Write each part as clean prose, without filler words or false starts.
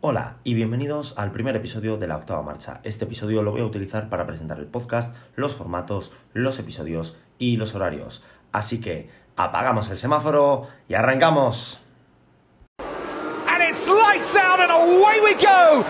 Hola y bienvenidos al primer episodio de la octava marcha. Este episodio lo voy a utilizar para presentar el podcast, los formatos, los episodios y los horarios. Así que apagamos el semáforo y arrancamos. And it's lights out and away we go!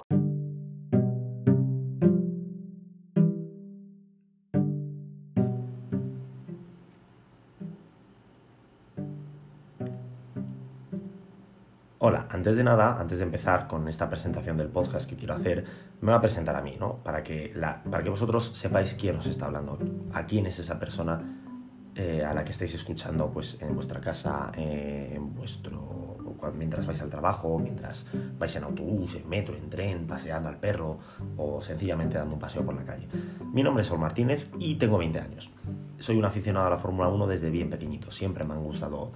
Hola, antes de nada, antes de empezar con esta presentación del podcast que quiero hacer, me voy a presentar a mí, ¿no? Para que vosotros sepáis quién os está hablando, a quién es esa persona a la que estáis escuchando pues, en vuestra casa, mientras vais al trabajo, mientras vais en autobús, en metro, en tren, paseando al perro o sencillamente dando un paseo por la calle. Mi nombre es Saúl Martínez y tengo 20 años. Soy un aficionado a la Fórmula 1 desde bien pequeñito. Siempre me ha gustado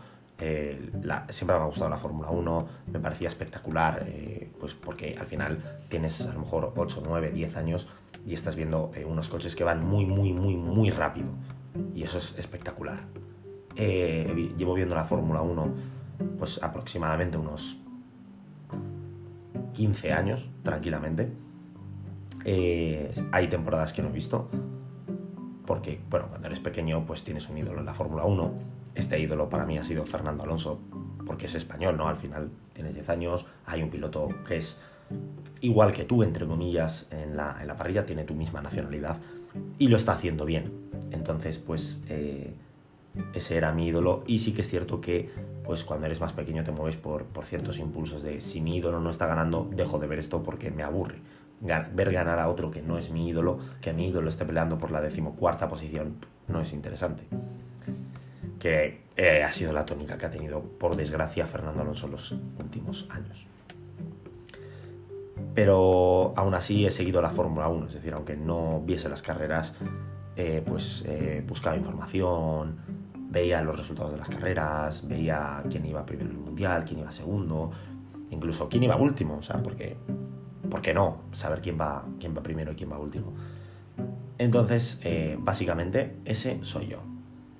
la Fórmula 1, me parecía espectacular, pues porque al final tienes a lo mejor 8, 9, 10 años y estás viendo unos coches que van muy rápido y eso es espectacular. Llevo viendo la Fórmula 1 pues aproximadamente unos 15 años tranquilamente. Hay temporadas que no he visto porque, bueno, cuando eres pequeño pues tienes un ídolo en la Fórmula 1. Este ídolo para mí ha sido Fernando Alonso, porque es español, ¿no? Al final tienes 10 años, hay un piloto que es igual que tú, entre comillas, en la parrilla, tiene tu misma nacionalidad y lo está haciendo bien. Entonces, pues, ese era mi ídolo y sí que es cierto que, pues, cuando eres más pequeño te mueves por ciertos impulsos de si mi ídolo no está ganando, dejo de ver esto porque me aburre. Ver ganar a otro que no es mi ídolo, que mi ídolo esté peleando por la 14ª posición, no es interesante. Que ha sido la tónica que ha tenido, por desgracia, Fernando Alonso en los últimos años. Pero aún así he seguido la Fórmula 1, es decir, aunque no viese las carreras, buscaba información, veía los resultados de las carreras, veía quién iba primero en el Mundial, quién iba segundo, incluso quién iba último, o sea, ¿por qué no? Saber quién va primero y quién va último. Entonces, básicamente, ese soy yo.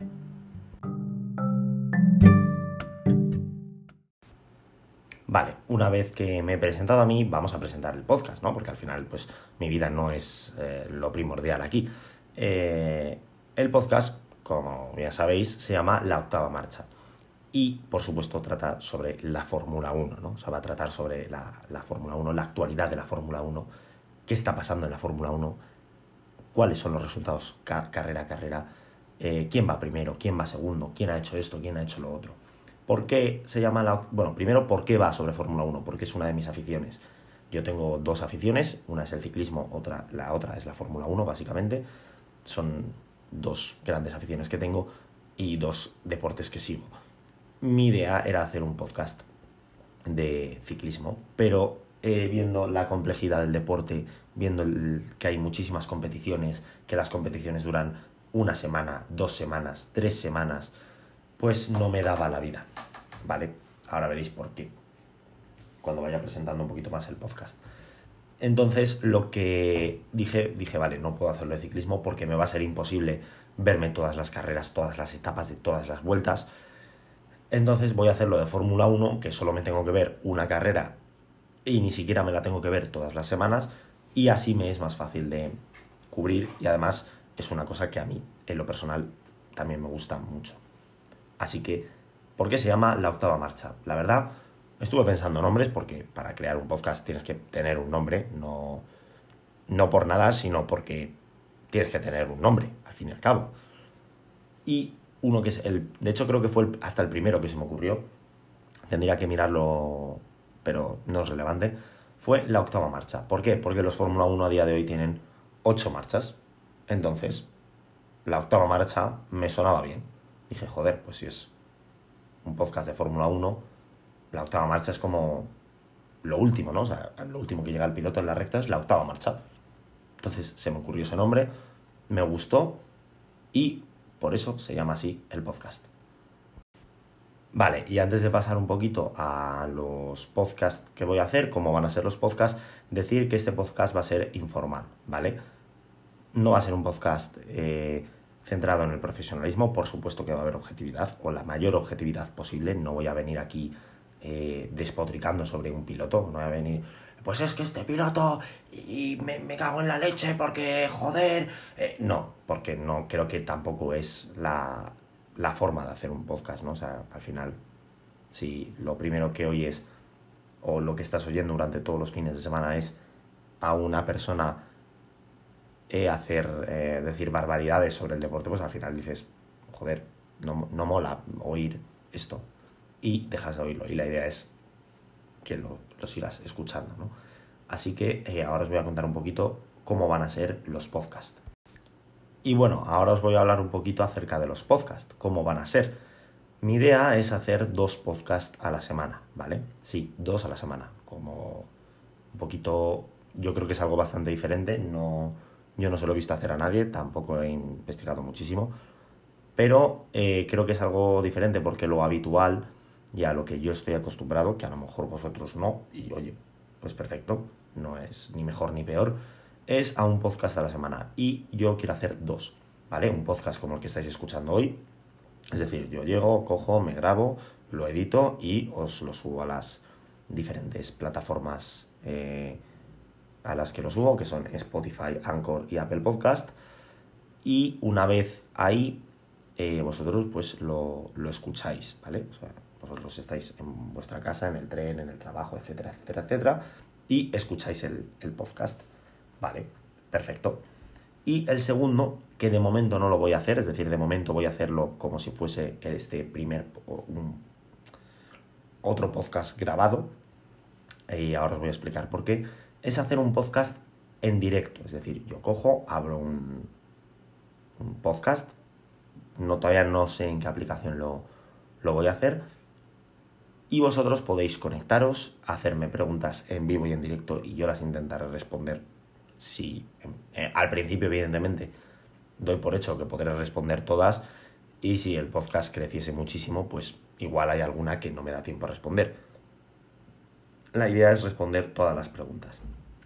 Vale, una vez que me he presentado a mí, vamos a presentar el podcast, ¿no? Porque al final, pues, mi vida no es lo primordial aquí. El podcast, como ya sabéis, se llama La Octava Marcha. Y, por supuesto, trata sobre la Fórmula 1, ¿no? O sea, va a tratar sobre la Fórmula 1, la actualidad de la Fórmula 1, qué está pasando en la Fórmula 1, cuáles son los resultados carrera a carrera, quién va primero, quién va segundo, quién ha hecho esto, quién ha hecho lo otro. ¿Por qué se llama primero, ¿por qué va sobre Fórmula 1? Porque es una de mis aficiones. Yo tengo dos aficiones, una es el ciclismo, la otra es la Fórmula 1, básicamente. Son dos grandes aficiones que tengo y dos deportes que sigo. Mi idea era hacer un podcast de ciclismo, pero viendo la complejidad del deporte, viendo que hay muchísimas competiciones, que las competiciones duran 1 semana, 2 semanas, 3 semanas, pues no me daba la vida, ¿vale? Ahora veréis por qué, cuando vaya presentando un poquito más el podcast. Entonces, lo que dije, vale, no puedo hacerlo de ciclismo porque me va a ser imposible verme todas las carreras, todas las etapas de todas las vueltas. Entonces voy a hacerlo de Fórmula 1, que solo me tengo que ver una carrera y ni siquiera me la tengo que ver todas las semanas, y así me es más fácil de cubrir y además es una cosa que a mí, en lo personal, también me gusta mucho. Así que, ¿por qué se llama La Octava Marcha? La verdad, estuve pensando nombres porque para crear un podcast tienes que tener un nombre, no por nada, sino porque tienes que tener un nombre, al fin y al cabo. Y uno que es de hecho creo que fue hasta el primero que se me ocurrió, tendría que mirarlo, pero no es relevante, fue La Octava Marcha. ¿Por qué? Porque los Fórmula 1 a día de hoy tienen 8 marchas. Entonces, La Octava Marcha me sonaba bien. Dije, joder, pues si es un podcast de Fórmula 1, la octava marcha es como lo último, ¿no? O sea, lo último que llega el piloto en la recta es la octava marcha. Entonces se me ocurrió ese nombre, me gustó y por eso se llama así el podcast. Vale, y antes de pasar un poquito a los podcasts que voy a hacer, cómo van a ser los podcasts, decir que este podcast va a ser informal, ¿vale? No va a ser un podcast centrado en el profesionalismo, por supuesto que va a haber objetividad, o la mayor objetividad posible. No voy a venir aquí despotricando sobre un piloto, no voy a venir, pues es que este piloto y me cago en la leche porque, joder... no, porque no creo que tampoco es la forma de hacer un podcast, ¿no? O sea, al final, si lo primero que oyes o lo que estás oyendo durante todos los fines de semana es a una persona decir barbaridades sobre el deporte, pues al final dices, joder, no mola oír esto, y dejas de oírlo, y la idea es que lo sigas escuchando, ¿no? Así que ahora os voy a contar un poquito cómo van a ser los podcasts. Y bueno, ahora os voy a hablar un poquito acerca de los podcasts, cómo van a ser. Mi idea es hacer 2 podcasts a la semana, ¿vale? Sí, 2 a la semana, como un poquito, yo creo que es algo bastante diferente, yo no se lo he visto hacer a nadie, tampoco he investigado muchísimo, pero creo que es algo diferente porque lo habitual y a lo que yo estoy acostumbrado, que a lo mejor vosotros no, y oye, pues perfecto, no es ni mejor ni peor, es a un podcast a la semana, y yo quiero hacer 2, ¿vale? Un podcast como el que estáis escuchando hoy, es decir, yo llego, cojo, me grabo, lo edito y os lo subo a las diferentes plataformas a las que lo subo, que son Spotify, Anchor y Apple Podcast. Y una vez ahí, vosotros pues lo escucháis, ¿vale? O sea, vosotros estáis en vuestra casa, en el tren, en el trabajo, etcétera, etcétera, etcétera, y escucháis el podcast, ¿vale? Perfecto. Y el segundo, que de momento no lo voy a hacer, es decir, de momento voy a hacerlo como si fuese otro podcast grabado, y ahora os voy a explicar por qué, es hacer un podcast en directo. Es decir, yo cojo, abro un podcast, todavía no sé en qué aplicación lo voy a hacer, y vosotros podéis conectaros, hacerme preguntas en vivo y en directo, y yo las intentaré responder. Si al principio, evidentemente, doy por hecho que podré responder todas, y si el podcast creciese muchísimo, pues igual hay alguna que no me da tiempo a responder. La idea es responder todas las preguntas.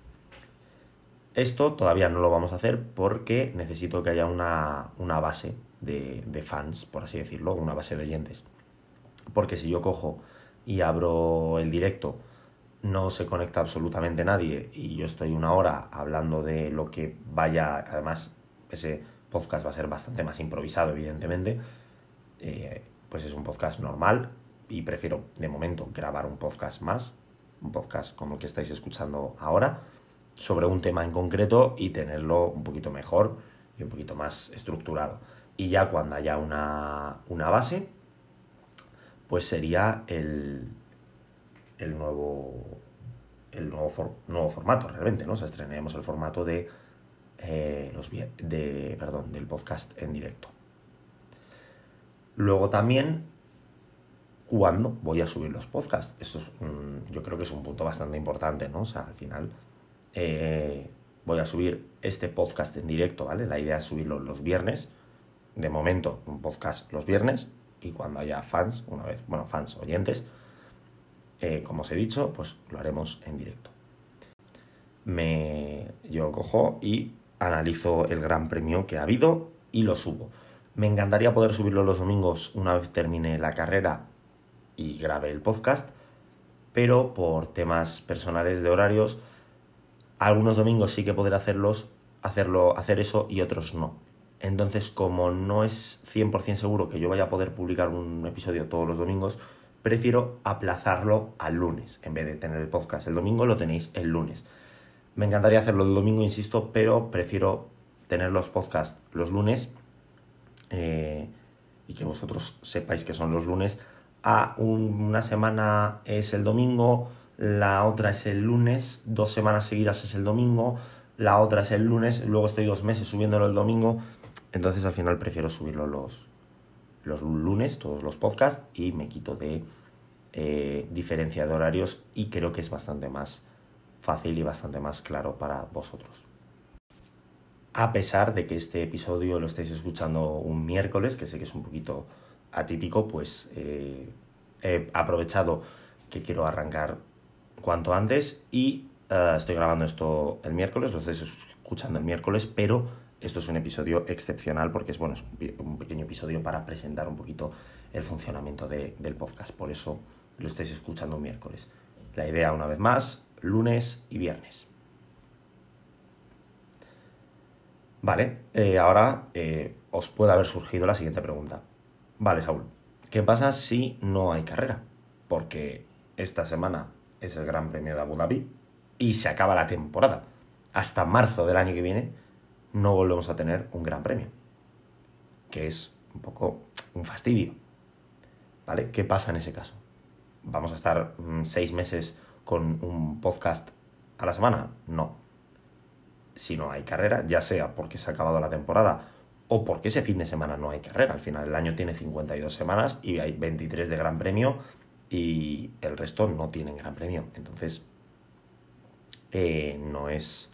Esto todavía no lo vamos a hacer porque necesito que haya una base de fans, por así decirlo, una base de oyentes. Porque si yo cojo y abro el directo, no se conecta absolutamente nadie, y yo estoy una hora hablando de lo que vaya, además ese podcast va a ser bastante más improvisado, evidentemente, pues es un podcast normal, y prefiero de momento grabar un podcast como el que estáis escuchando ahora, sobre un tema en concreto, y tenerlo un poquito mejor y un poquito más estructurado. Y ya cuando haya una base, pues sería el nuevo formato realmente, ¿no? O sea, estrenaremos el formato del podcast en directo. Luego también, ¿cuándo voy a subir los podcasts? Esto yo creo que es un punto bastante importante, ¿no? O sea, al final voy a subir este podcast en directo, ¿vale? La idea es subirlo los viernes. De momento, un podcast los viernes, y cuando haya fans, oyentes, como os he dicho, pues lo haremos en directo. Yo cojo y analizo el Gran Premio que ha habido y lo subo. Me encantaría poder subirlo los domingos una vez termine la carrera y grabe el podcast, pero por temas personales de horarios, algunos domingos sí que podré hacer eso, y otros no. Entonces, como no es 100% seguro que yo vaya a poder publicar un episodio todos los domingos, prefiero aplazarlo al lunes. En vez de tener el podcast el domingo, lo tenéis el lunes. Me encantaría hacerlo el domingo, insisto, pero prefiero tener los podcasts los lunes, y que vosotros sepáis que son los lunes. Una semana es el domingo, la otra es el lunes, 2 semanas seguidas es el domingo, la otra es el lunes, luego estoy 2 meses subiéndolo el domingo. Entonces al final prefiero subirlo los lunes, todos los podcasts, y me quito de diferencia de horarios, y creo que es bastante más fácil y bastante más claro para vosotros. A pesar de que este episodio lo estáis escuchando un miércoles, que sé que es un poquito atípico, pues he aprovechado que quiero arrancar cuanto antes, y estoy grabando esto el miércoles, lo estáis escuchando el miércoles, pero esto es un episodio excepcional porque es un pequeño episodio para presentar un poquito el funcionamiento del podcast. Por eso lo estáis escuchando un miércoles. La idea, una vez más, lunes y viernes. Vale, ahora os puede haber surgido la siguiente pregunta. Vale, Saúl, ¿qué pasa si no hay carrera? Porque esta semana es el Gran Premio de Abu Dhabi y se acaba la temporada. Hasta marzo del año que viene no volvemos a tener un Gran Premio, que es un poco un fastidio. ¿Vale? ¿Qué pasa en ese caso? ¿Vamos a estar 6 meses con un podcast a la semana? No. Si no hay carrera, ya sea porque se ha acabado la temporada o porque ese fin de semana no hay carrera. Al final el año tiene 52 semanas y hay 23 de Gran Premio y el resto no tienen Gran Premio. Entonces, no es...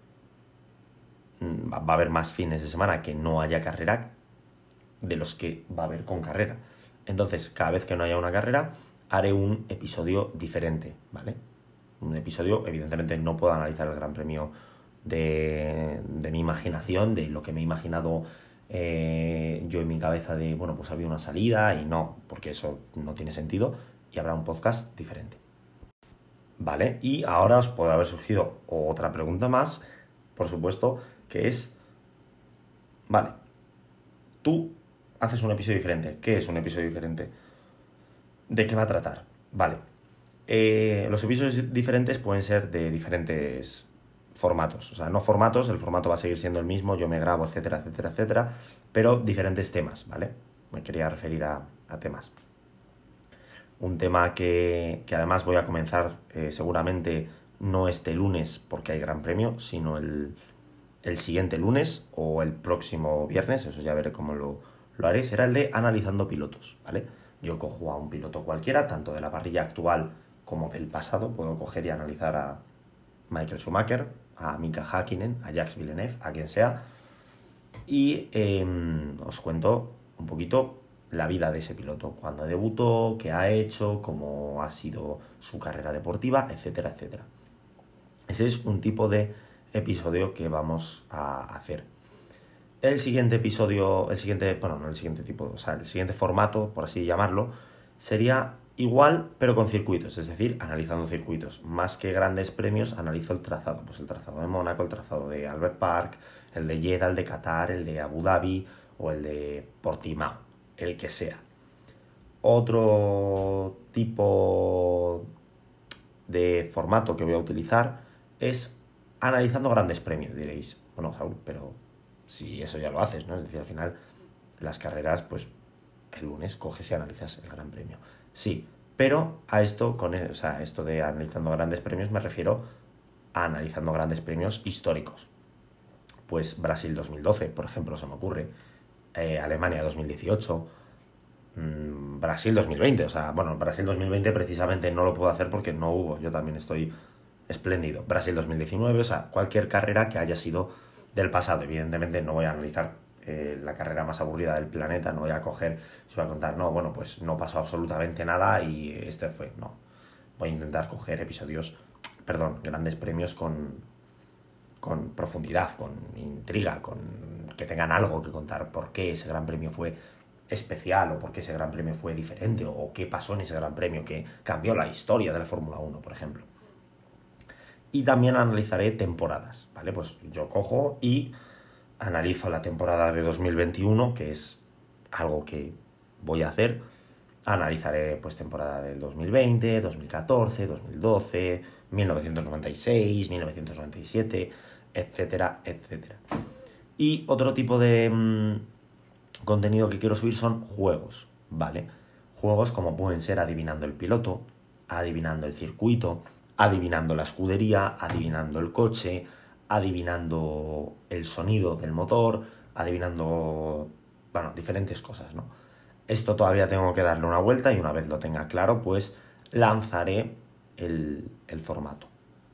Va a haber más fines de semana que no haya carrera de los que va a haber con carrera. Entonces, cada vez que no haya una carrera, haré un episodio diferente, ¿vale? Un episodio, evidentemente no puedo analizar el Gran Premio de mi imaginación, de lo que me he imaginado yo en mi cabeza de, bueno, pues había una salida y no, porque eso no tiene sentido y habrá un podcast diferente. ¿Vale? Y ahora os puede haber surgido otra pregunta más, por supuesto, que es, vale, tú haces un episodio diferente. ¿Qué es un episodio diferente? ¿De qué va a tratar? Vale. Los episodios diferentes pueden ser de diferentes formatos. O sea, no formatos, el formato va a seguir siendo el mismo, yo me grabo, etcétera, etcétera, etcétera, pero diferentes temas, ¿vale? Me quería referir a temas. Un tema que además voy a comenzar seguramente no este lunes porque hay Gran Premio, sino el siguiente lunes o el próximo viernes, eso ya veré cómo lo haré, será el de analizando pilotos, ¿vale? Yo cojo a un piloto cualquiera, tanto de la parrilla actual como del pasado, puedo coger y analizar a Michael Schumacher, a Mika Häkkinen, a Jacques Villeneuve, a quien sea, y os cuento un poquito la vida de ese piloto, cuándo debutó, qué ha hecho, cómo ha sido su carrera deportiva, etcétera, etcétera. Ese es un tipo de episodio que vamos a hacer. El siguiente episodio, el siguiente formato, por así llamarlo, sería igual, pero con circuitos, es decir, analizando circuitos. Más que grandes premios, analizo el trazado. Pues el trazado de Mónaco, el trazado de Albert Park, el de Jeddah, el de Qatar, el de Abu Dhabi o el de Portimao, el que sea. Otro tipo de formato que voy a utilizar es analizando grandes premios, diréis. Bueno, Saúl, pero si eso ya lo haces, ¿no? Es decir, al final las carreras, pues el lunes coges y analizas el Gran Premio. Sí, pero a esto, esto de analizando grandes premios me refiero a analizando grandes premios históricos. Pues Brasil 2012, por ejemplo, se me ocurre, Alemania 2018, Brasil 2020, o sea, bueno, Brasil 2020 precisamente no lo puedo hacer porque no hubo, yo también estoy espléndido. Brasil 2019, o sea, cualquier carrera que haya sido del pasado. Evidentemente no voy a analizar la carrera más aburrida del planeta, no voy a coger, se voy a contar, no, bueno, pues no pasó absolutamente nada y este fue, no. Voy a intentar coger grandes premios con profundidad, con intriga, con que tengan algo que contar, por qué ese gran premio fue especial o por qué ese gran premio fue diferente o qué pasó en ese gran premio que cambió la historia de la Fórmula 1, por ejemplo. Y también analizaré temporadas, ¿vale? Pues yo cojo y analizo la temporada de 2021, que es algo que voy a hacer. Analizaré pues temporada del 2020, 2014, 2012, 1996, 1997, etcétera, etcétera. Y otro tipo de contenido que quiero subir son juegos, ¿vale? Juegos como pueden ser adivinando el piloto, adivinando el circuito, adivinando la escudería, adivinando el coche, adivinando el sonido del motor, adivinando, bueno, diferentes cosas, ¿no? Esto todavía tengo que darle una vuelta y una vez lo tenga claro, pues lanzaré el formato.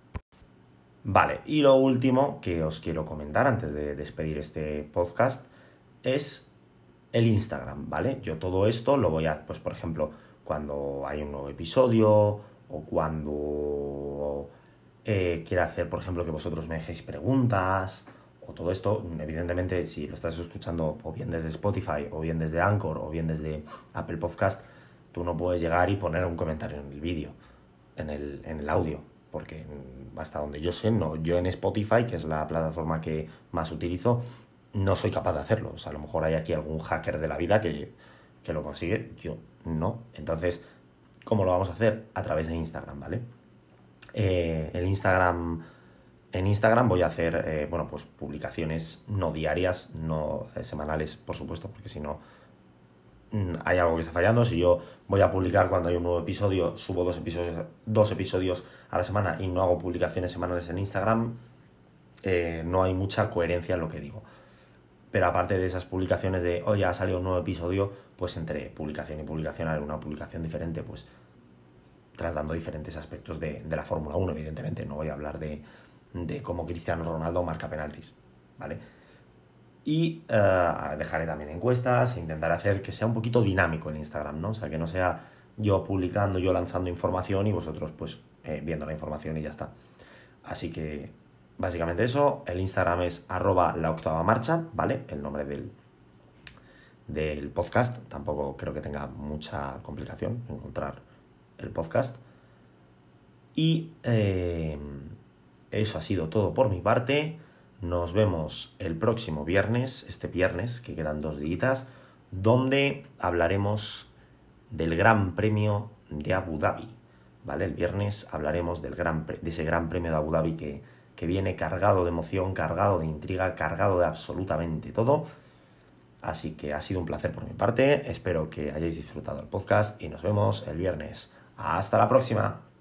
Vale, y lo último que os quiero comentar antes de despedir este podcast es el Instagram, ¿vale? Yo todo esto lo voy a, pues por ejemplo, cuando hay un nuevo episodio o cuando quiera hacer, por ejemplo, que vosotros me dejéis preguntas o todo esto, evidentemente si lo estás escuchando o bien desde Spotify o bien desde Anchor o bien desde Apple Podcast, tú no puedes llegar y poner un comentario en el vídeo, en el audio. porque hasta donde yo sé, no, yo en Spotify, que es la plataforma que más utilizo, no soy capaz de hacerlo. O sea, a lo mejor hay aquí algún hacker de la vida que lo consigue, yo no. Entonces, ¿cómo lo vamos a hacer? A través de Instagram, ¿vale? En Instagram voy a hacer, pues publicaciones no diarias, no semanales, por supuesto, porque si no hay algo que está fallando. Si yo voy a publicar cuando hay un nuevo episodio, subo dos episodios a la semana y no hago publicaciones semanales en Instagram, no hay mucha coherencia en lo que digo. Pero aparte de esas publicaciones de, oye, ha salido un nuevo episodio, pues entre publicación y publicación haré una publicación diferente, pues tratando diferentes aspectos de la Fórmula 1, evidentemente. No voy a hablar de cómo Cristiano Ronaldo marca penaltis, ¿vale? Y dejaré también encuestas e intentaré hacer que sea un poquito dinámico el Instagram, ¿no? O sea, que no sea yo publicando, yo lanzando información y vosotros pues viendo la información y ya está. Así que básicamente eso. El Instagram es @laoctavamarcha, ¿vale? El nombre del podcast. Tampoco creo que tenga mucha complicación encontrar el podcast. Y eso ha sido todo por mi parte. Nos vemos el próximo viernes, este viernes, que quedan 2 días, donde hablaremos del Gran Premio de Abu Dhabi, ¿vale? El viernes hablaremos de ese Gran Premio de Abu Dhabi que viene cargado de emoción, cargado de intriga, cargado de absolutamente todo. Así que ha sido un placer por mi parte, espero que hayáis disfrutado el podcast y nos vemos el viernes. ¡Hasta la próxima!